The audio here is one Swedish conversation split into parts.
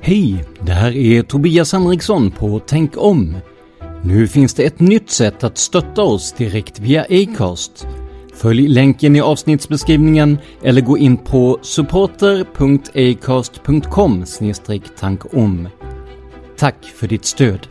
Hej, det här är Tobias Henriksson på Tänk om. Nu finns det ett nytt sätt att stötta oss direkt via Acast. Följ länken i avsnittsbeskrivningen eller gå in på supporter.acast.com/tankom. Tack för ditt stöd.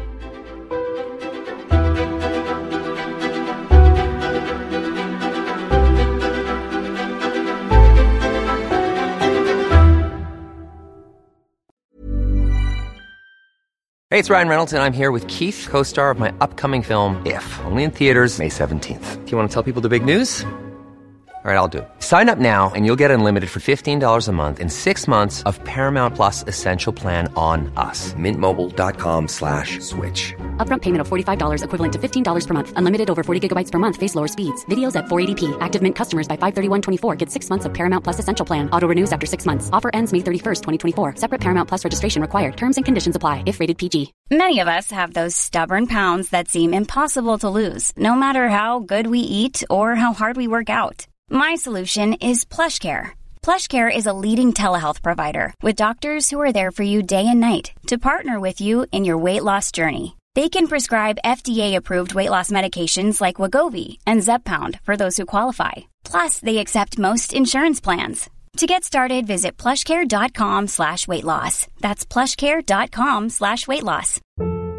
Hey, it's Ryan Reynolds, and I'm here with Keith, co-star of my upcoming film, If, only in theaters May 17th. Do you want to tell people the big news? All right, I'll do it. Sign up now and you'll get unlimited for $15 a month and 6 months of Paramount Plus Essential Plan on us. MintMobile.com/switch. Upfront payment of $45 equivalent to $15 per month. Unlimited over 40 gigabytes per month. Face lower speeds. Videos at 480p. Active Mint customers by 531.24 get 6 months of Paramount Plus Essential Plan. Auto renews after 6 months. Offer ends May 31st, 2024. Separate Paramount Plus registration required. Terms and conditions apply if rated PG. Many of us have those stubborn pounds that seem impossible to lose, no matter how good we eat or how hard we work out. My solution is PlushCare. PlushCare is a leading telehealth provider with doctors who are there for you day and night to partner with you in your weight loss journey. They can prescribe FDA-approved weight loss medications like Wegovy and Zepbound for those who qualify. Plus, they accept most insurance plans. To get started, visit plushcare.com/weightloss. That's plushcare.com/weightloss.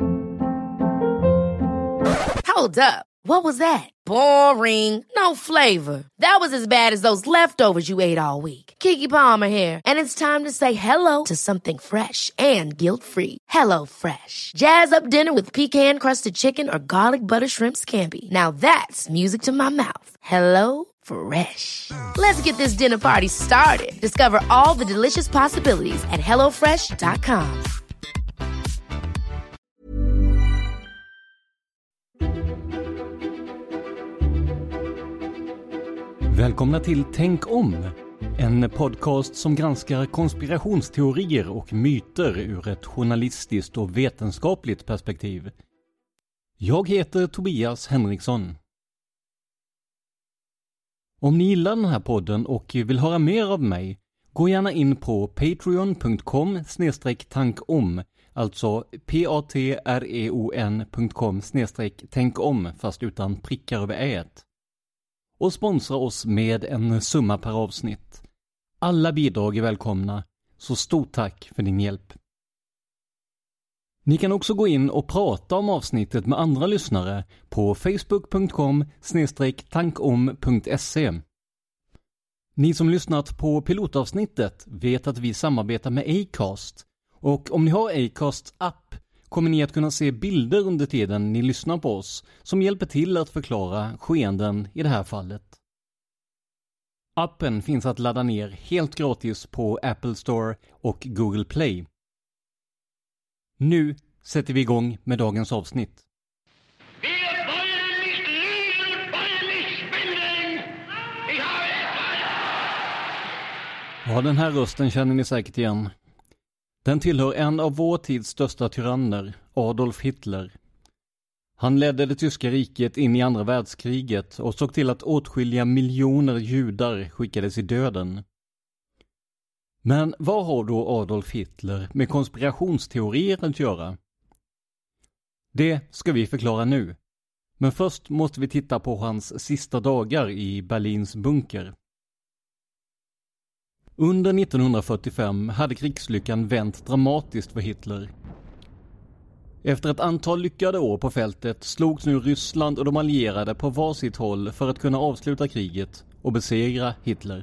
Hold up. What was that? Boring. No flavor. That was as bad as those leftovers you ate all week. Keke Palmer here. And it's time to say hello to something fresh and guilt-free. Hello Fresh. Jazz up dinner with pecan-crusted chicken or garlic butter shrimp scampi. Now that's music to my mouth. Hello Fresh. Let's get this dinner party started. Discover all the delicious possibilities at hellofresh.com. Välkomna till Tänk om, en podcast som granskar konspirationsteorier och myter ur ett journalistiskt och vetenskapligt perspektiv. Jag heter Tobias Henriksson. Om ni gillar den här podden och vill höra mer av mig, gå gärna in på patreon.com/tankom, alltså patreon.com/tänkom fast utan prickar över ät. Och sponsra oss med en summa per avsnitt. Alla bidrag är välkomna, så stort tack för din hjälp. Ni kan också gå in och prata om avsnittet med andra lyssnare på facebook.com/tankom.se. Ni som lyssnat på pilotavsnittet vet att vi samarbetar med Acast. Och om ni har Acasts app kommer ni att kunna se bilder under tiden ni lyssnar på oss som hjälper till att förklara skeenden i det här fallet. Appen finns att ladda ner helt gratis på Apple Store och Google Play. Nu sätter vi igång med dagens avsnitt. Ja, den här rösten känner ni säkert igen. Den tillhör en av vår tids största tyranner, Adolf Hitler. Han ledde det tyska riket in i andra världskriget och såg till att åtskilliga miljoner judar skickades i döden. Men vad har då Adolf Hitler med konspirationsteorier att göra? Det ska vi förklara nu. Men först måste vi titta på hans sista dagar i Berlins bunker. Under 1945 hade krigslyckan vänt dramatiskt för Hitler. Efter ett antal lyckade år på fältet slogs nu Ryssland och de allierade på varsitt håll för att kunna avsluta kriget och besegra Hitler.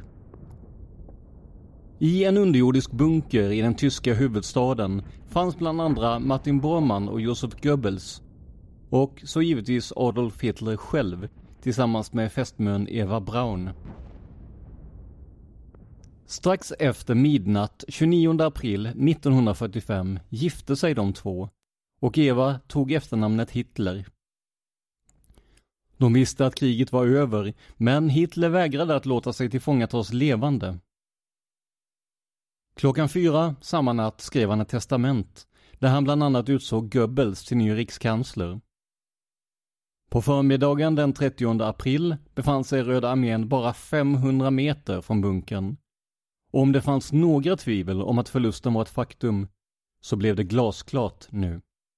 I en underjordisk bunker i den tyska huvudstaden fanns bland andra Martin Bormann och Joseph Goebbels och så givetvis Adolf Hitler själv tillsammans med fästmön Eva Braun. Strax efter midnatt 29 april 1945 gifte sig de två och Eva tog efternamnet Hitler. De visste att kriget var över, men Hitler vägrade att låta sig tillfångatas levande. 4:00 samma natt skrev han ett testament där han bland annat utsåg Goebbels till ny rikskansler. På förmiddagen den 30 april befann sig Röda armén bara 500 meter från bunkern. Och om det fanns några tvivel om att förlusten var ett faktum så blev det glasklart nu.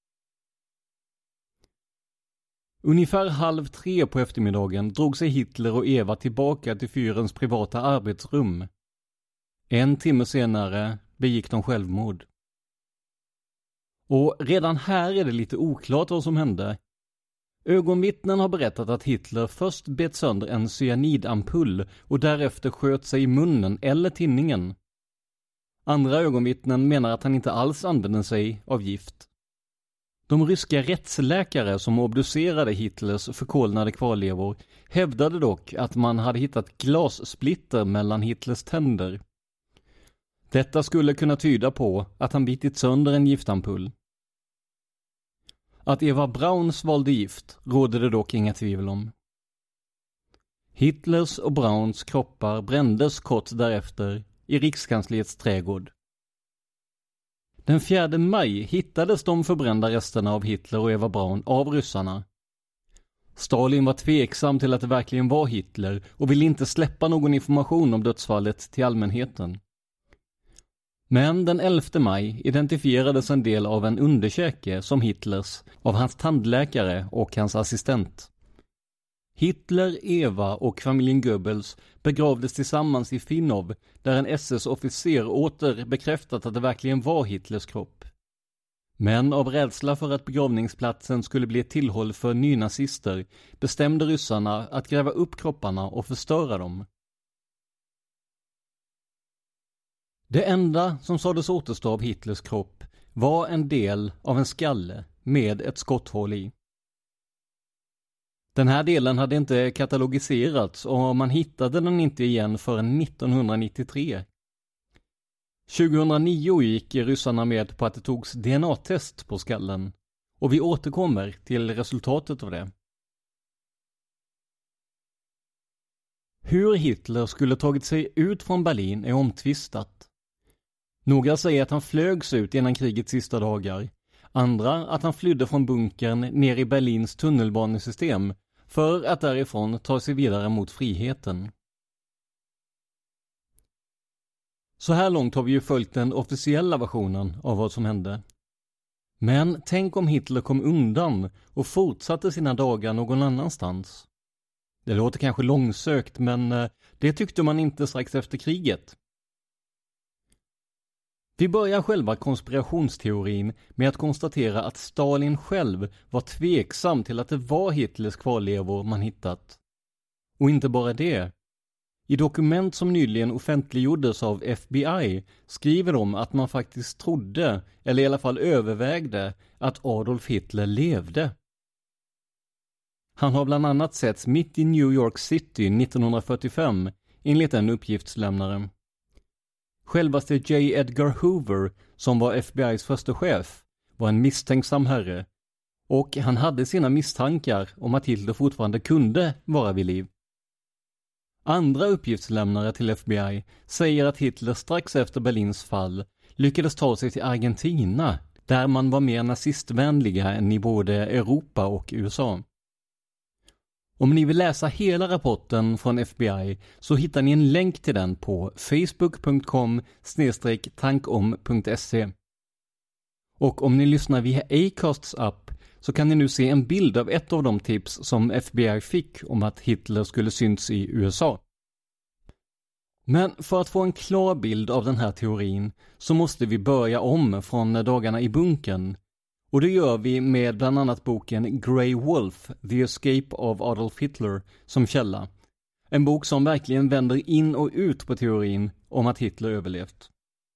Ungefär 2:30 på eftermiddagen drog sig Hitler och Eva tillbaka till Führerns privata arbetsrum. 1 timme senare begick de självmord. Och redan här är det lite oklart vad som hände. Ögonvittnen har berättat att Hitler först bet sönder en cyanidampull och därefter sköt sig i munnen eller tinningen. Andra ögonvittnen menar att han inte alls använde sig av gift. De ryska rättsläkare som obducerade Hitlers förkolnade kvarlevor hävdade dock att man hade hittat glassplitter mellan Hitlers tänder. Detta skulle kunna tyda på att han bitit sönder en giftampull. Att Eva Braun svalde gift råder det dock inga tvivel om. Hitlers och Brauns kroppar brändes kort därefter i Rikskansliets trädgård. Den 4 maj hittades de förbrända resterna av Hitler och Eva Braun av ryssarna. Stalin var tveksam till att det verkligen var Hitler och ville inte släppa någon information om dödsfallet till allmänheten. Men den 11 maj identifierades en del av en underkäke som Hitlers av hans tandläkare och hans assistent. Hitler, Eva och familjen Goebbels begravdes tillsammans i Finnov, där en SS-officer åter bekräftat att det verkligen var Hitlers kropp. Men av rädsla för att begravningsplatsen skulle bli ett tillhåll för nynazister bestämde ryssarna att gräva upp kropparna och förstöra dem. Det enda som sades återstå av Hitlers kropp var en del av en skalle med ett skotthål i. Den här delen hade inte katalogiserats och man hittade den inte igen förrän 1993. 2009 gick ryssarna med på att det togs DNA-test på skallen och vi återkommer till resultatet av det. Hur Hitler skulle tagit sig ut från Berlin är omtvistat. Några säger att han flögs ut innan krigets sista dagar. Andra att han flydde från bunkern ner i Berlins tunnelbanesystem för att därifrån ta sig vidare mot friheten. Så här långt har vi ju följt den officiella versionen av vad som hände. Men tänk om Hitler kom undan och fortsatte sina dagar någon annanstans. Det låter kanske långsökt, men det tyckte man inte strax efter kriget. Vi börjar själva konspirationsteorin med att konstatera att Stalin själv var tveksam till att det var Hitlers kvarlevor man hittat. Och inte bara det. I dokument som nyligen offentliggjordes av FBI skriver de att man faktiskt trodde, eller i alla fall övervägde, att Adolf Hitler levde. Han har bland annat setts mitt i New York City 1945, enligt en uppgiftslämnare. Självaste J. Edgar Hoover, som var FBI:s första chef, var en misstänksam herre. Och han hade sina misstankar om att Hitler fortfarande kunde vara vid liv. Andra uppgiftslämnare till FBI säger att Hitler strax efter Berlins fall lyckades ta sig till Argentina, där man var mer nazistvänliga än i både Europa och USA. Om ni vill läsa hela rapporten från FBI så hittar ni en länk till den på facebook.com/tankom.se. Och om ni lyssnar via Acasts app så kan ni nu se en bild av ett av de tips som FBI fick om att Hitler skulle synts i USA. Men för att få en klar bild av den här teorin så måste vi börja om från dagarna i bunkern. Och det gör vi med bland annat boken Grey Wolf, The Escape of Adolf Hitler som källa. En bok som verkligen vänder in och ut på teorin om att Hitler överlevt.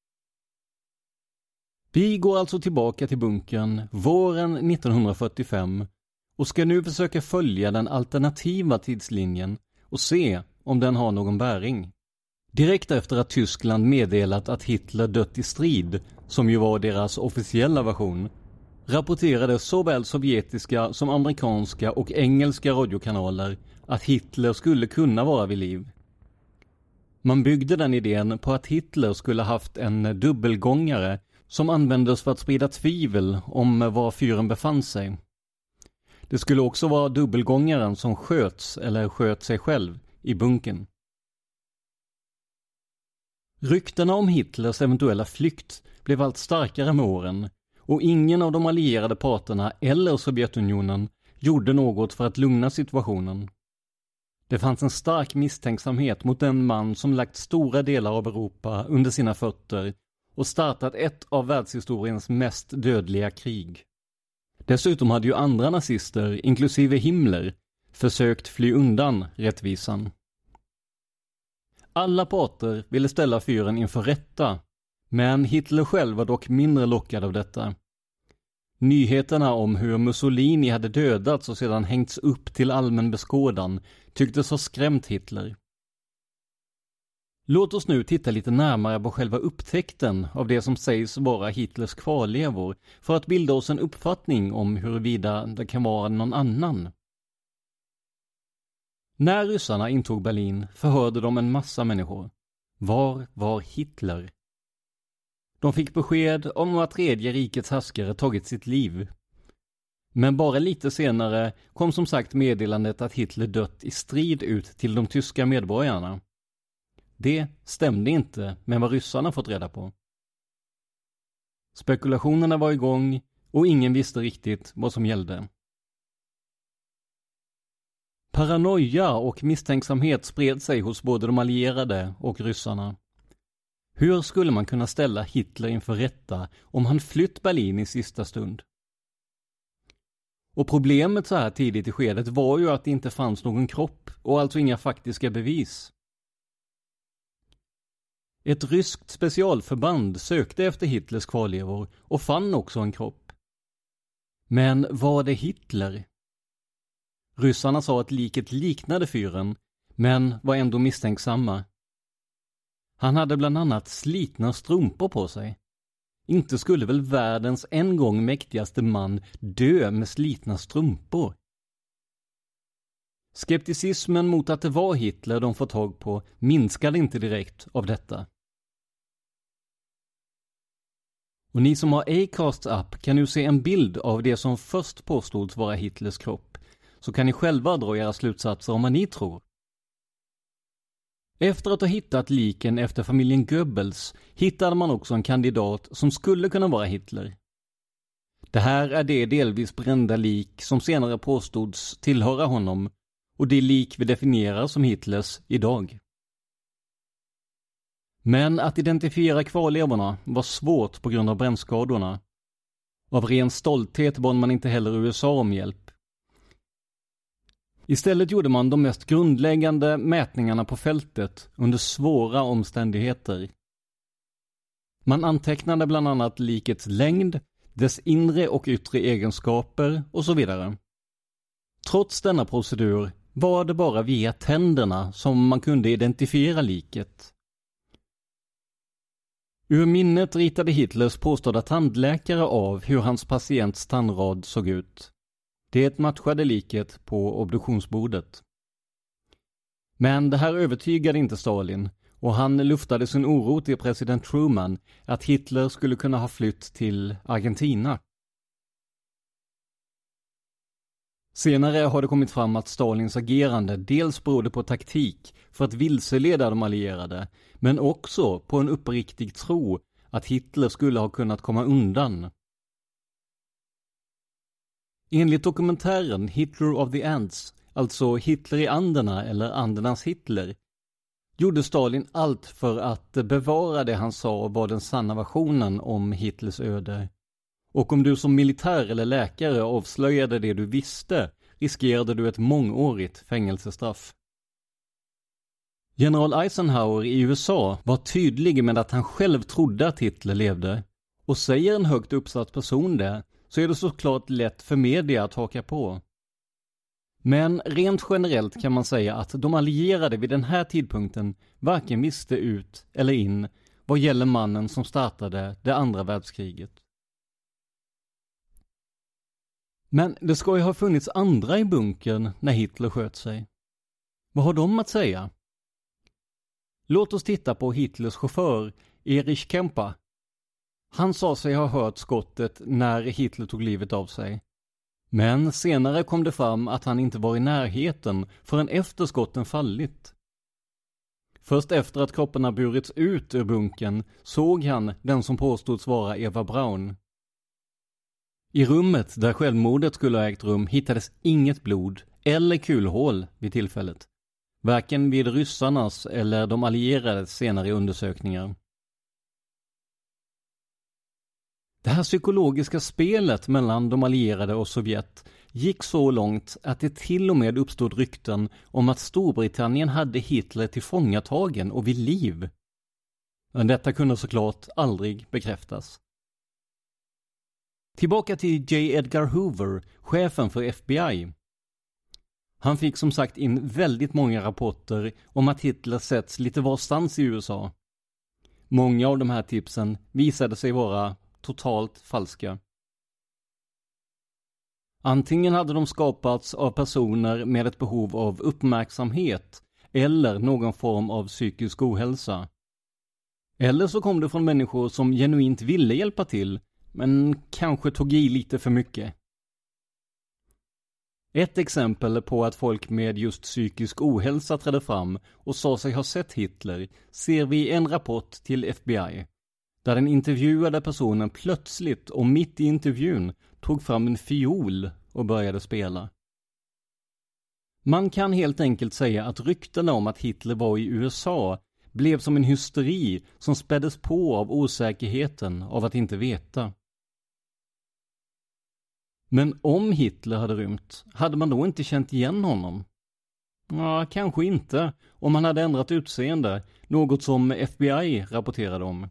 Vi går alltså tillbaka till bunkern våren 1945 och ska nu försöka följa den alternativa tidslinjen och se om den har någon bäring. Direkt efter att Tyskland meddelat att Hitler dött i strid, som ju var deras officiella version, rapporterade såväl sovjetiska som amerikanska och engelska radiokanaler att Hitler skulle kunna vara vid liv. Man byggde den idén på att Hitler skulle haft en dubbelgångare som användes för att sprida tvivel om var Führern befann sig. Det skulle också vara dubbelgångaren som sköts eller sköt sig själv i bunkern. Ryktena om Hitlers eventuella flykt blev allt starkare med åren och ingen av de allierade parterna eller Sovjetunionen gjorde något för att lugna situationen. Det fanns en stark misstänksamhet mot den man som lagt stora delar av Europa under sina fötter och startat ett av världshistoriens mest dödliga krig. Dessutom hade ju andra nazister, inklusive Himmler, försökt fly undan rättvisan. Alla parter ville ställa fyren inför rätta, men Hitler själv var dock mindre lockad av detta. Nyheterna om hur Mussolini hade dödats och sedan hängts upp till allmän beskådan tycktes ha skrämt Hitler. Låt oss nu titta lite närmare på själva upptäckten av det som sägs vara Hitlers kvarlevor för att bilda oss en uppfattning om huruvida det kan vara någon annan. När ryssarna intog Berlin förhörde de en massa människor. Var var Hitler? De fick besked om att Tredje rikets härskare tagit sitt liv. Men bara lite senare kom som sagt meddelandet att Hitler dött i strid ut till de tyska medborgarna. Det stämde inte med vad ryssarna fått reda på. Spekulationerna var igång och ingen visste riktigt vad som gällde. Paranoia och misstänksamhet spred sig hos både de allierade och ryssarna. Hur skulle man kunna ställa Hitler inför rätta om han flytt Berlin i sista stund? Och problemet så här tidigt i skedet var ju att det inte fanns någon kropp och alltså inga faktiska bevis. Ett ryskt specialförband sökte efter Hitlers kvarlevor och fann också en kropp. Men var det Hitler? Ryssarna sa att liket liknade fyren, men var ändå misstänksamma. Han hade bland annat slitna strumpor på sig. Inte skulle väl världens en gång mäktigaste man dö med slitna strumpor? Skepticismen mot att det var Hitler de fått tag på minskade inte direkt av detta. Och ni som har Acasts app kan nu se en bild av det som först påstods vara Hitlers kropp, så kan ni själva dra era slutsatser om vad ni tror. Efter att ha hittat liken efter familjen Goebbels hittade man också en kandidat som skulle kunna vara Hitler. Det här är det delvis brända lik som senare påstods tillhöra honom och det lik vi definierar som Hitlers idag. Men att identifiera kvarlevorna var svårt på grund av brännskadorna. Av ren stolthet bad man inte heller USA om hjälp. Istället gjorde man de mest grundläggande mätningarna på fältet under svåra omständigheter. Man antecknade bland annat likets längd, dess inre och yttre egenskaper och så vidare. Trots denna procedur var det bara via tänderna som man kunde identifiera liket. Ur minnet ritade Hitlers påstådda tandläkare av hur hans patients tandrad såg ut. Det matchade liket på obduktionsbordet. Men det här övertygade inte Stalin och han luftade sin oro till president Truman att Hitler skulle kunna ha flytt till Argentina. Senare har det kommit fram att Stalins agerande dels berodde på taktik för att vilseleda de allierade, men också på en uppriktig tro att Hitler skulle ha kunnat komma undan. Enligt dokumentären Hitler of the Ants, alltså Hitler i anderna eller andernas Hitler, gjorde Stalin allt för att bevara det han sa var den sanna versionen om Hitlers öde. Och om du som militär eller läkare avslöjade det du visste, riskerade du ett mångårigt fängelsestraff. General Eisenhower i USA var tydlig med att han själv trodde att Hitler levde. Och säger en högt uppsatt person det, så är det såklart lätt för media att haka på. Men rent generellt kan man säga att de allierade vid den här tidpunkten varken visste ut eller in vad gäller mannen som startade det andra världskriget. Men det ska ju ha funnits andra i bunkern när Hitler sköt sig. Vad har de att säga? Låt oss titta på Hitlers chaufför Erich Kemper. Han sa sig ha hört skottet när Hitler tog livet av sig. Men senare kom det fram att han inte var i närheten förrän efter skotten fallit. Först efter att kropparna burits ut ur bunkern såg han den som påstods vara Eva Braun. I rummet där självmordet skulle ha ägt rum hittades inget blod eller kulhål vid tillfället. Varken vid ryssarnas eller de allierades senare undersökningar. Det här psykologiska spelet mellan de allierade och Sovjet gick så långt att det till och med uppstod rykten om att Storbritannien hade Hitler tillfångatagen och vid liv. Men detta kunde såklart aldrig bekräftas. Tillbaka till J. Edgar Hoover, chefen för FBI. Han fick som sagt in väldigt många rapporter om att Hitler sätts lite varstans i USA. Många av de här tipsen visade sig vara totalt falska. Antingen hade de skapats av personer med ett behov av uppmärksamhet eller någon form av psykisk ohälsa. Eller så kom det från människor som genuint ville hjälpa till, men kanske tog i lite för mycket. Ett exempel på att folk med just psykisk ohälsa trädde fram och sa sig ha sett Hitler ser vi i en rapport till FBI, där den intervjuade personen plötsligt och mitt i intervjun tog fram en fiol och började spela. Man kan helt enkelt säga att ryktena om att Hitler var i USA blev som en hysteri som späddes på av osäkerheten av att inte veta. Men om Hitler hade rymt, hade man då inte känt igen honom? Ja, kanske inte, om han hade ändrat utseende, något som FBI rapporterade om.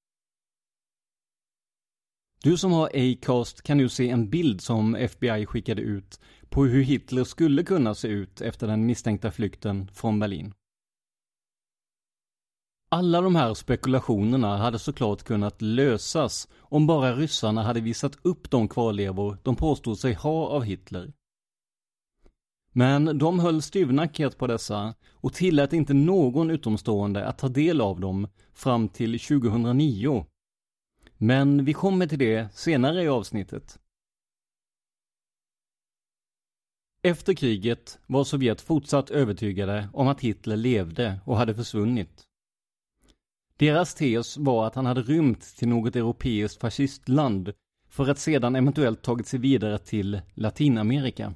Du som har Acast kan nu se en bild som FBI skickade ut på hur Hitler skulle kunna se ut efter den misstänkta flykten från Berlin. Alla de här spekulationerna hade såklart kunnat lösas om bara ryssarna hade visat upp de kvarlevor de påstod sig ha av Hitler. Men de höll styvnackigt på dessa och tillät inte någon utomstående att ta del av dem fram till 2009. Men vi kommer till det senare i avsnittet. Efter kriget var Sovjet fortsatt övertygade om att Hitler levde och hade försvunnit. Deras tes var att han hade rymt till något europeiskt fascistland för att sedan eventuellt tagit sig vidare till Latinamerika.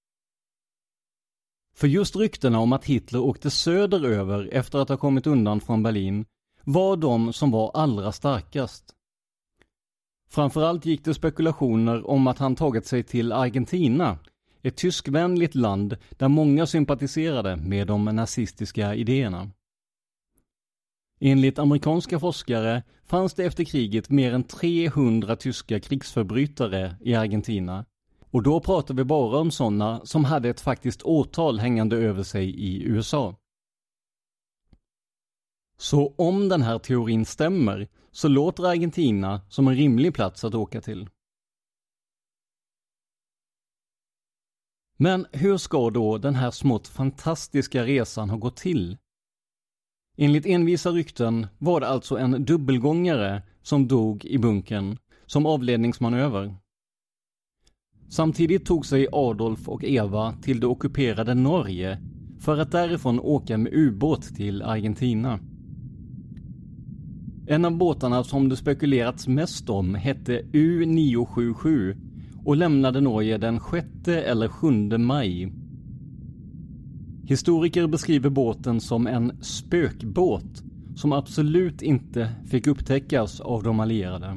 För just ryktena om att Hitler åkte söderöver efter att ha kommit undan från Berlin var de som var allra starkast. Framförallt gick det spekulationer om att han tagit sig till Argentina, ett tyskvänligt land där många sympatiserade med de nazistiska idéerna. Enligt amerikanska forskare fanns det efter kriget mer än 300 tyska krigsförbrytare i Argentina. Och då pratar vi bara om sådana som hade ett faktiskt åtal hängande över sig i USA. Så om den här teorin stämmer så låter Argentina som en rimlig plats att åka till. Men hur ska då den här smått fantastiska resan ha gått till? Enligt envisa rykten var det alltså en dubbelgångare som dog i bunkern som avledningsmanöver. Samtidigt tog sig Adolf och Eva till det ockuperade Norge för att därifrån åka med ubåt till Argentina. En av båtarna som det spekulerats mest om hette U977 och lämnade Norge den 6 eller 7 maj. Historiker beskriver båten som en spökbåt som absolut inte fick upptäckas av de allierade.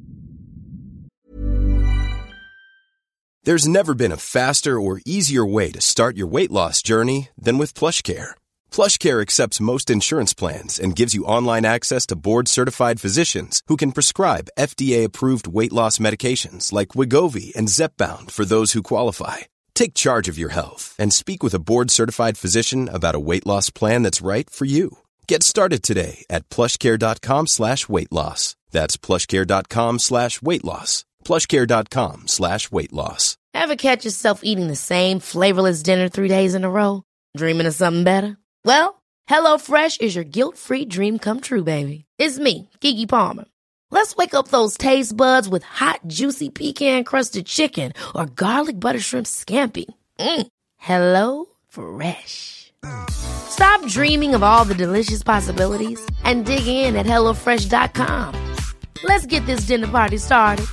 There's never been a faster or easier way to start your weight loss journey than with PlushCare. PlushCare accepts most insurance plans and gives you online access to board-certified physicians who can prescribe FDA-approved weight loss medications like Wegovy and Zepbound for those who qualify. Take charge of your health and speak with a board-certified physician about a weight loss plan that's right for you. Get started today at plushcare.com/weightloss. That's plushcare.com/weightloss. plushcare.com/weightloss. Ever catch yourself eating the same flavorless dinner 3 days in a row? Dreaming of something better? Well, HelloFresh is your guilt-free dream come true, baby. It's me, Keke Palmer. Let's wake up those taste buds with hot, juicy pecan-crusted chicken or garlic butter shrimp scampi. Hello Fresh. Stop dreaming of all the delicious possibilities and dig in at HelloFresh.com. Let's get this dinner party started.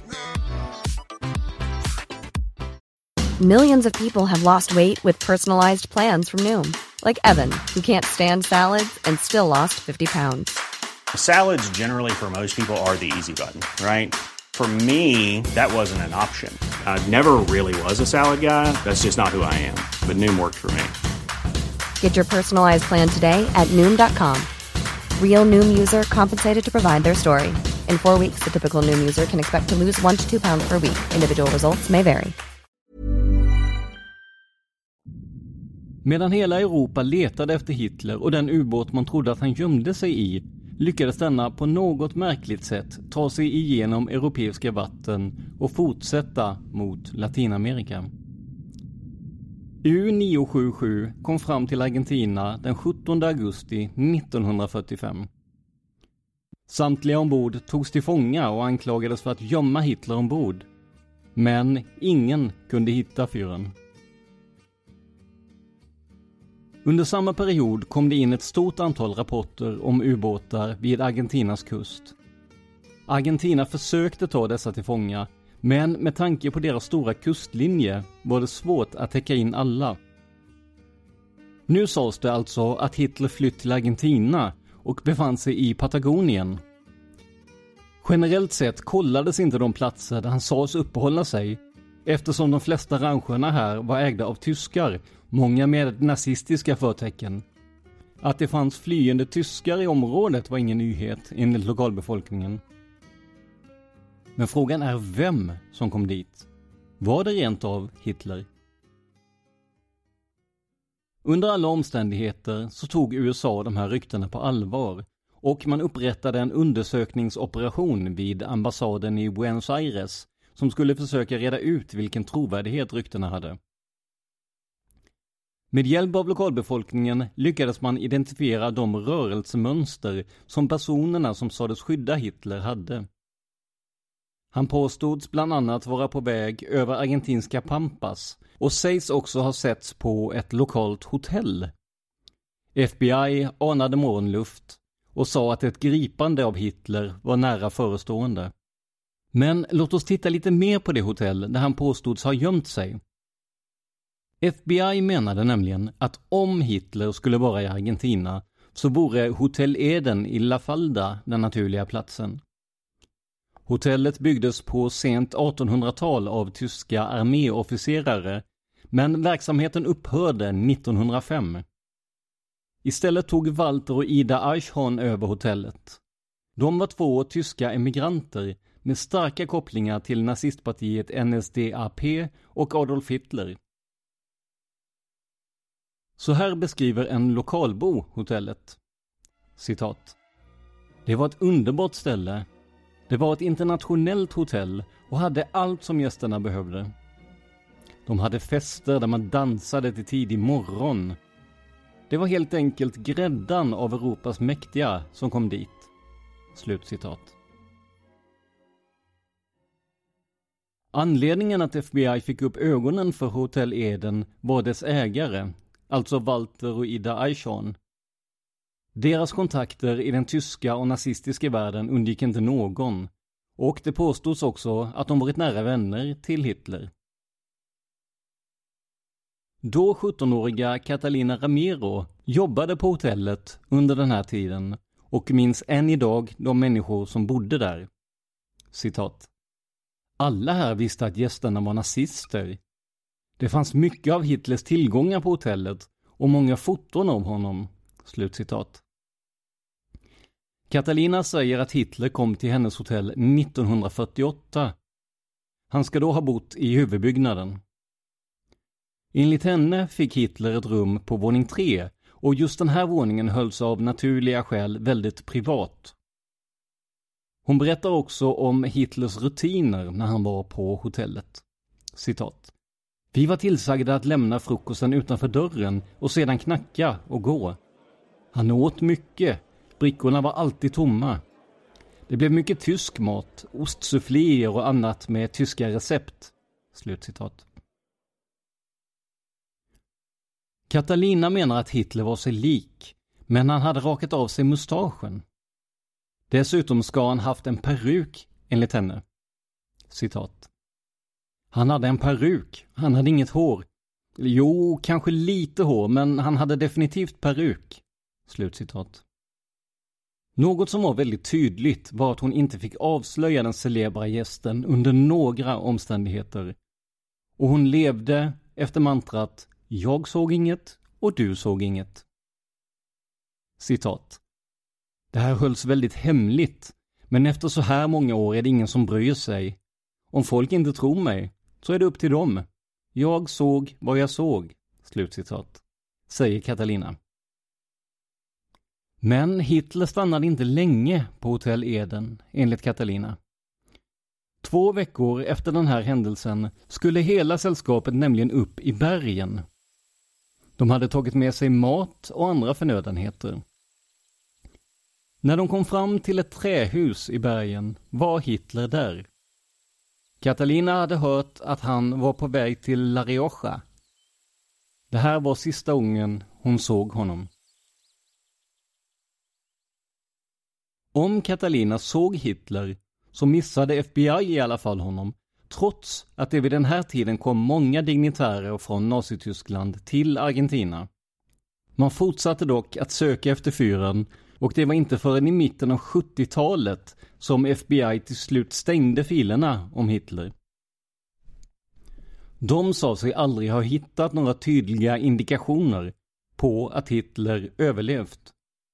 Millions of people have lost weight with personalized plans from Noom. Like Evan, who can't stand salads and still lost 50 pounds. Salads generally for most people are the easy button, right? For me, that wasn't an option. I never really was a salad guy. That's just not who I am. But Noom worked for me. Get your personalized plan today at Noom.com. Real Noom user compensated to provide their story. In 4 weeks, the typical Noom user can expect to lose 1 to 2 pounds per week. Individual results may vary. Medan hela Europa letade efter Hitler och den ubåt man trodde att han gömde sig i, lyckades denna på något märkligt sätt ta sig igenom europeiska vatten och fortsätta mot Latinamerika. U-977 kom fram till Argentina den 17 augusti 1945. Samtliga ombord togs till fånga och anklagades för att gömma Hitler ombord. Men ingen kunde hitta fyren. Under samma period kom det in ett stort antal rapporter om ubåtar vid Argentinas kust. Argentina försökte ta dessa till fånga, men med tanke på deras stora kustlinje var det svårt att täcka in alla. Nu sades det alltså att Hitler flytt till Argentina och befann sig i Patagonien. Generellt sett kollades inte de platser där han sades uppehålla sig, eftersom de flesta rancherna här var ägda av tyskar, många med nazistiska förtecken. Att det fanns flyende tyskar i området var ingen nyhet enligt lokalbefolkningen. Men frågan är vem som kom dit. Var det rent av Hitler? Under alla omständigheter så tog USA de här ryktena på allvar och man upprättade en undersökningsoperation vid ambassaden i Buenos Aires som skulle försöka reda ut vilken trovärdighet ryktena hade. Med hjälp av lokalbefolkningen lyckades man identifiera de rörelsemönster som personerna som sades skydda Hitler hade. Han påstods bland annat vara på väg över argentinska Pampas och sägs också ha setts på ett lokalt hotell. FBI anade morgonluft och sa att ett gripande av Hitler var nära förestående. Men låt oss titta lite mer på det hotell där han påstods ha gömt sig. FBI menade nämligen att om Hitler skulle vara i Argentina så vore Hotel Eden i La Falda den naturliga platsen. Hotellet byggdes på sent 1800-tal av tyska arméofficerare, men verksamheten upphörde 1905. Istället tog Walter och Ida Eichhorn över hotellet. De var 2 tyska emigranter med starka kopplingar till nazistpartiet NSDAP och Adolf Hitler. Så här beskriver en lokalbo hotellet. Citat. Det var ett underbart ställe. Det var ett internationellt hotell och hade allt som gästerna behövde. De hade fester där man dansade till tidig morgon. Det var helt enkelt gräddan av Europas mäktiga som kom dit. Slutcitat. Anledningen att FBI fick upp ögonen för Hotel Eden var dess ägare, alltså Walter och Ida Eichhorn. Deras kontakter i den tyska och nazistiska världen undgick inte någon, och det påstods också att de varit nära vänner till Hitler. Då 17-åriga Catalina Ramiro jobbade på hotellet under den här tiden och minns än idag de människor som bodde där. Citat. Alla här visste att gästerna var nazister. Det fanns mycket av Hitlers tillgångar på hotellet och många foton av honom. Slutcitat. Catalina säger att Hitler kom till hennes hotell 1948. Han ska då ha bott i huvudbyggnaden. Enligt henne fick Hitler ett rum på våning 3 och just den här våningen hölls av naturliga skäl väldigt privat. Hon berättar också om Hitlers rutiner när han var på hotellet. Citat. Vi var tillsagda att lämna frukosten utanför dörren och sedan knacka och gå. Han åt mycket. Brickorna var alltid tomma. Det blev mycket tysk mat, ostsuffléer och annat med tyska recept. Slutcitat. Catalina menar att Hitler var sig lik, men han hade rakat av sig mustaschen. Dessutom ska han haft en peruk, enligt henne. Citat. Han hade en peruk, han hade inget hår. Jo, kanske lite hår, men han hade definitivt peruk. Slutcitat. Något som var väldigt tydligt var att hon inte fick avslöja den celebra gästen under några omständigheter. Och hon levde efter mantrat jag såg inget och du såg inget. Citat. Det här hölls väldigt hemligt, men efter så här många år är det ingen som bryr sig. Om folk inte tror mig så är det upp till dem. Jag såg vad jag såg. Slutcitat. Säger Catalina. Men Hitler stannade inte länge på Hotell Eden, enligt Catalina. 2 veckor efter den här händelsen skulle hela sällskapet nämligen upp i bergen. De hade tagit med sig mat och andra förnödenheter. När de kom fram till ett trähus i bergen var Hitler där. Catalina hade hört att han var på väg till La Rioja. Det här var sista gången hon såg honom. Om Catalina såg Hitler så missade FBI i alla fall honom, trots att det vid den här tiden kom många dignitärer från Nazityskland till Argentina. Man fortsatte dock att söka efter fyren och det var inte förrän i mitten av 70-talet som FBI till slut stängde filerna om Hitler. De sa sig aldrig ha hittat några tydliga indikationer på att Hitler överlevt.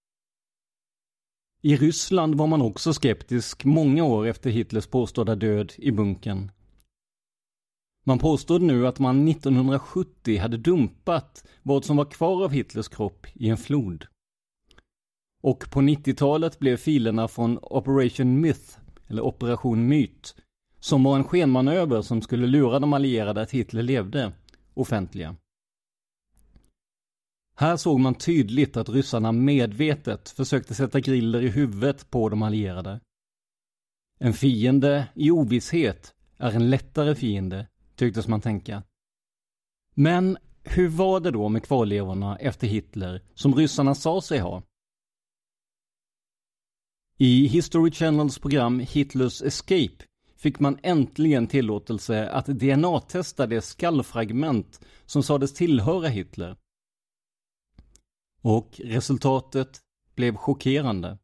I Ryssland var man också skeptisk många år efter Hitlers påstådda död i bunkern. Man påstod nu att man 1970 hade dumpat vad som var kvar av Hitlers kropp i en flod. Och på 90-talet blev filerna från Operation Myth, eller Operation Myt, som var en skenmanöver som skulle lura de allierade att Hitler levde, offentliga. Här såg man tydligt att ryssarna medvetet försökte sätta griller i huvudet på de allierade. En fiende i ovisshet är en lättare fiende, tycktes man tänka. Men hur var det då med kvarlevorna efter Hitler som ryssarna sa sig ha? I History Channels program Hitlers Escape fick man äntligen tillåtelse att DNA-testa det skallfragment som sades tillhöra Hitler. Och resultatet blev chockerande.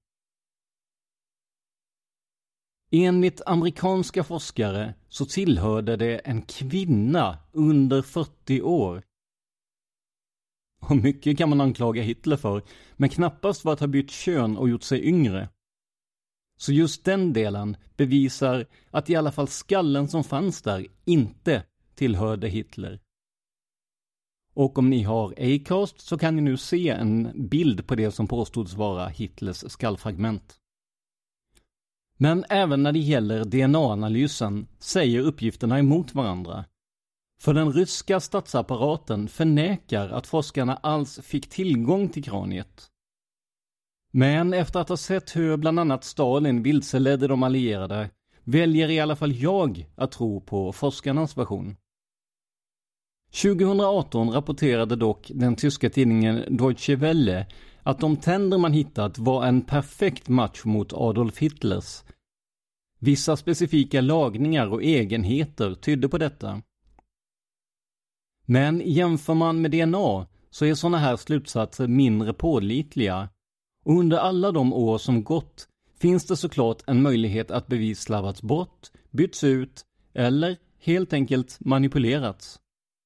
Enligt amerikanska forskare så tillhörde det en kvinna under 40 år. Och mycket kan man anklaga Hitler för, men knappast för att ha bytt kön och gjort sig yngre. Så just den delen bevisar att i alla fall skallen som fanns där inte tillhörde Hitler. Och om ni har Acast så kan ni nu se en bild på det som påstods vara Hitlers skallfragment. Men även när det gäller DNA-analysen säger uppgifterna emot varandra. För den ryska statsapparaten förnekar att forskarna alls fick tillgång till kraniet. Men efter att ha sett hur bland annat Stalin vilseledde de allierade väljer i alla fall jag att tro på forskarnas version. 2018 rapporterade dock den tyska tidningen Deutsche Welle att de tänder man hittat var en perfekt match mot Adolf Hitlers. Vissa specifika lagningar och egenheter tydde på detta. Men jämför man med DNA så är sådana här slutsatser mindre pålitliga. Och under alla de år som gått finns det såklart en möjlighet att bevis slarvats bort, bytts ut eller helt enkelt manipulerats.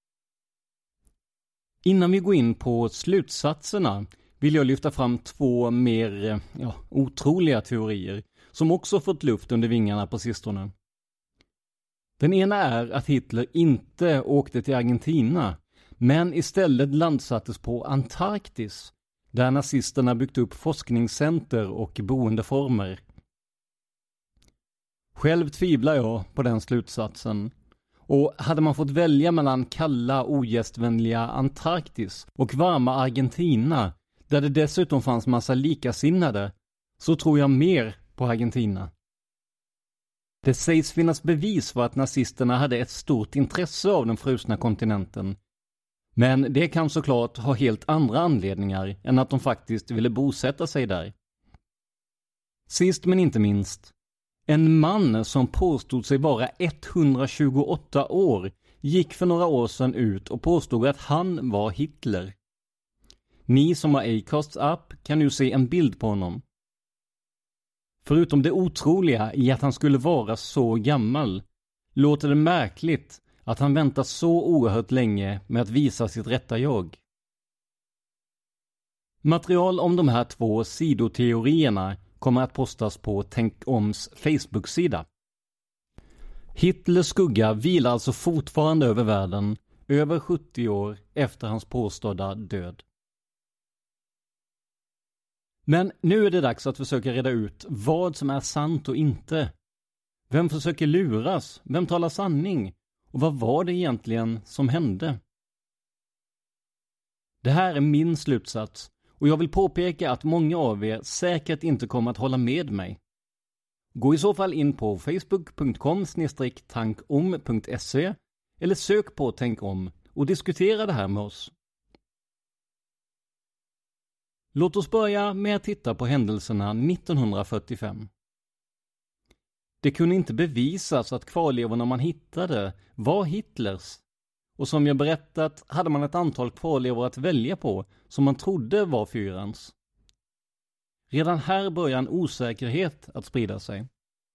Innan vi går in på slutsatserna vill jag lyfta fram 2 mer otroliga teorier som också fått luft under vingarna på sistone. Den ena är att Hitler inte åkte till Argentina men istället landsattes på Antarktis där nazisterna byggt upp forskningscenter och boendeformer. Själv tvivlar jag på den slutsatsen. Och hade man fått välja mellan kalla, ogästvänliga Antarktis och varma Argentina, där det dessutom fanns massa likasinnade, så tror jag mer på Argentina. Det sägs finnas bevis för att nazisterna hade ett stort intresse av den frusna kontinenten. Men det kan såklart ha helt andra anledningar än att de faktiskt ville bosätta sig där. Sist men inte minst, en man som påstod sig vara 128 år gick för några år sedan ut och påstod att han var Hitler. Ni som har Acasts app kan nu se en bild på honom. Förutom det otroliga i att han skulle vara så gammal, låter det märkligt att han väntar så oerhört länge med att visa sitt rätta jag. Material om de här två sidoteorierna kommer att postas på Tänk Oms Facebook-sida. Hitlers skugga vilar alltså fortfarande över världen, över 70 år efter hans påstådda död. Men nu är det dags att försöka reda ut vad som är sant och inte. Vem försöker luras? Vem talar sanning? Och vad var det egentligen som hände? Det här är min slutsats och jag vill påpeka att många av er säkert inte kommer att hålla med mig. Gå i så fall in på facebook.com/tankom.se eller sök på Tänk om och diskutera det här med oss. Låt oss börja med att titta på händelserna 1945. Det kunde inte bevisas att kvarlevorna man hittade var Hitlers. Och som jag berättat hade man ett antal kvarlevor att välja på som man trodde var Führerns. Redan här börjar en osäkerhet att sprida sig.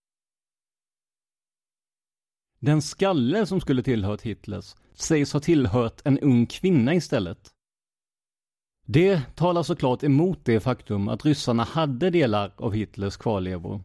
Den skalle som skulle tillhört Hitlers sägs ha tillhört en ung kvinna istället. Det talar såklart emot det faktum att ryssarna hade delar av Hitlers kvarlevor.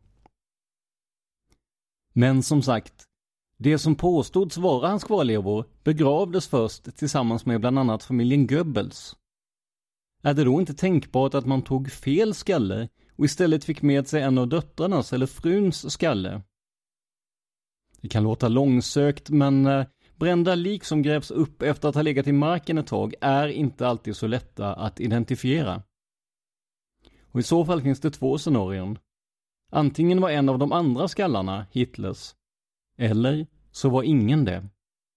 Men som sagt, det som påstods vara hans kvarlevor begravdes först tillsammans med bland annat familjen Goebbels. Är det då inte tänkbart att man tog fel skalle och istället fick med sig en av döttrarnas eller fruns skalle? Det kan låta långsökt, men brända lik som grävs upp efter att ha legat i marken ett tag är inte alltid så lätta att identifiera. Och i så fall finns det två scenarion. Antingen var en av de andra skallarna Hitlers, eller så var ingen det.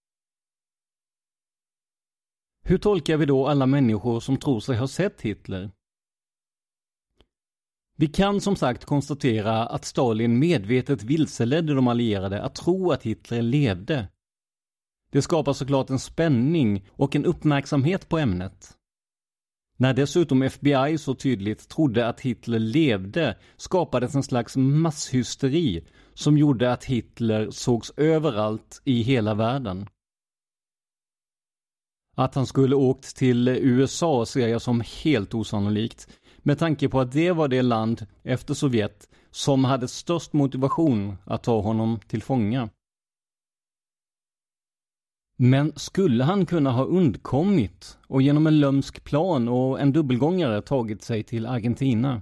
Hur tolkar vi då alla människor som tror sig ha sett Hitler? Vi kan som sagt konstatera att Stalin medvetet vilseledde de allierade att tro att Hitler levde. Det skapar såklart en spänning och en uppmärksamhet på ämnet. När dessutom FBI så tydligt trodde att Hitler levde skapades en slags masshysteri som gjorde att Hitler sågs överallt i hela världen. Att han skulle åkt till USA ser jag som helt osannolikt med tanke på att det var det land efter Sovjet som hade störst motivation att ta honom till fånga. Men skulle han kunna ha undkommit och genom en lömsk plan och en dubbelgångare tagit sig till Argentina?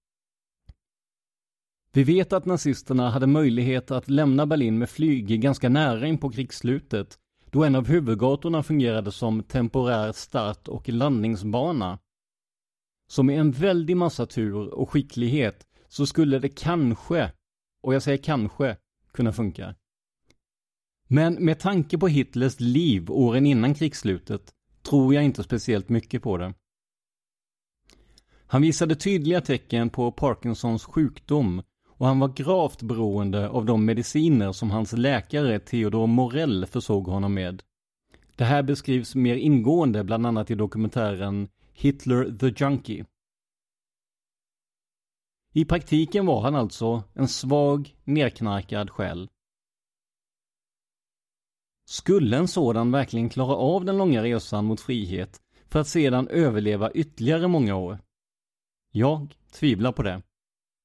Vi vet att nazisterna hade möjlighet att lämna Berlin med flyg ganska nära in på krigsslutet, då en av huvudgatorna fungerade som temporär start- och landningsbana. Så med en väldig massa tur och skicklighet så skulle det kanske, och jag säger kanske, kunna funka. Men med tanke på Hitlers liv åren innan krigsslutet tror jag inte speciellt mycket på det. Han visade tydliga tecken på Parkinsons sjukdom och han var gravt beroende av de mediciner som hans läkare Theodor Morell försåg honom med. Det här beskrivs mer ingående bland annat i dokumentären Hitler the Junkie. I praktiken var han alltså en svag, nerknarkad själ. Skulle en sådan verkligen klara av den långa resan mot frihet för att sedan överleva ytterligare många år? Jag tvivlar på det.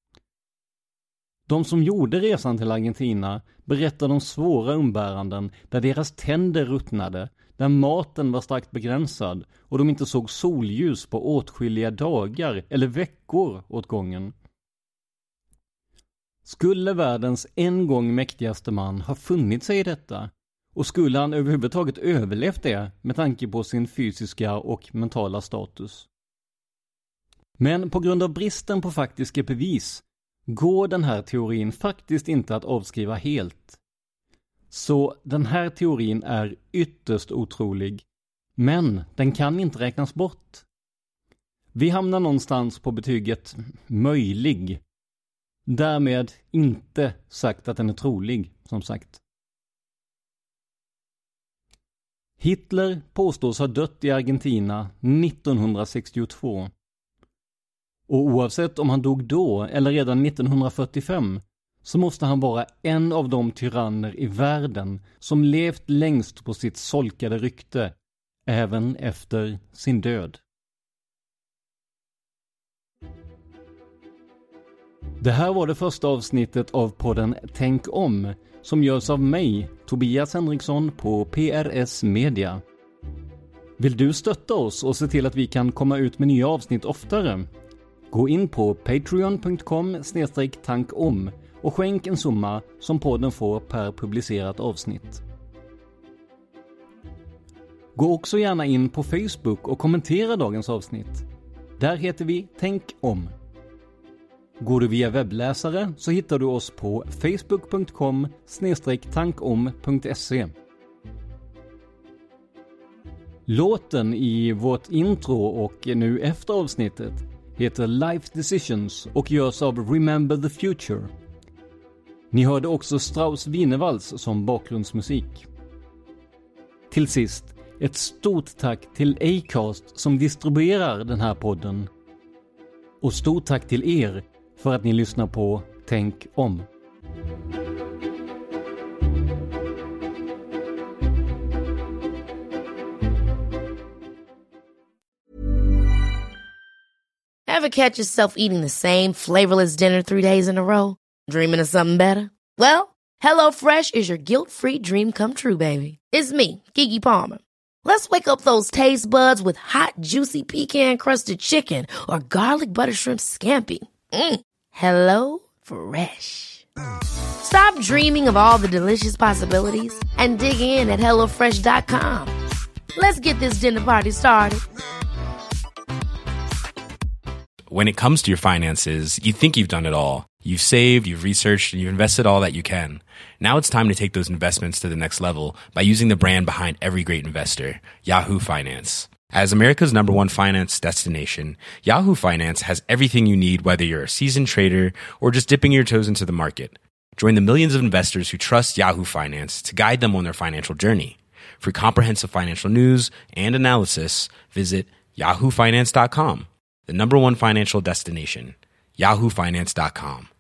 De som gjorde resan till Argentina berättade om svåra umbäranden där deras tänder ruttnade, där maten var starkt begränsad och de inte såg solljus på åtskilliga dagar eller veckor åt gången. Skulle världens en gång mäktigaste man ha funnit sig i detta? Och skulle han överhuvudtaget överlevt det med tanke på sin fysiska och mentala status? Men på grund av bristen på faktiska bevis går den här teorin faktiskt inte att avskriva helt. Så den här teorin är ytterst otrolig. Men den kan inte räknas bort. Vi hamnar någonstans på betyget möjlig. Därmed inte sagt att den är trolig, som sagt. Hitler påstås ha dött i Argentina 1962. Och oavsett om han dog då eller redan 1945 så måste han vara en av de tyranner i världen som levt längst på sitt solkade rykte, även efter sin död. Det här var det första avsnittet av podden Tänk om, som görs av mig, Tobias Henriksson på PRS Media. Vill du stötta oss och se till att vi kan komma ut med nya avsnitt oftare? Gå in på patreon.com/tankom och skänk en summa som podden får per publicerat avsnitt. Gå också gärna in på Facebook och kommentera dagens avsnitt. Där heter vi Tänk om. Går du via webbläsare så hittar du oss på facebook.com/tankom.se. Låten i vårt intro och nu efter avsnittet heter Life Decisions och görs av Remember the Future. Ni hörde också Strauss Wienervals som bakgrundsmusik. Till sist, ett stort tack till Acast som distribuerar den här podden. Och stort tack till er för att ni lyssnar på Tänk om. Ever catch yourself eating the same flavorless dinner 3 days in a row? Dreaming of something better? Well, HelloFresh is your guilt-free dream come true, baby. It's me, Keke Palmer. Let's wake up those taste buds with hot, juicy pecan-crusted chicken or garlic butter shrimp scampi. Hello Fresh. Stop dreaming of all the delicious possibilities and dig in at HelloFresh.com. Let's get this dinner party started. When it comes to your finances, you think you've done it all. You've saved, you've researched, and you've invested all that you can. Now it's time to take those investments to the next level by using the brand behind every great investor, Yahoo Finance. As America's #1 finance destination, Yahoo Finance has everything you need, whether you're a seasoned trader or just dipping your toes into the market. Join the millions of investors who trust Yahoo Finance to guide them on their financial journey. For comprehensive financial news and analysis, visit yahoofinance.com. The #1 financial destination, yahoofinance.com.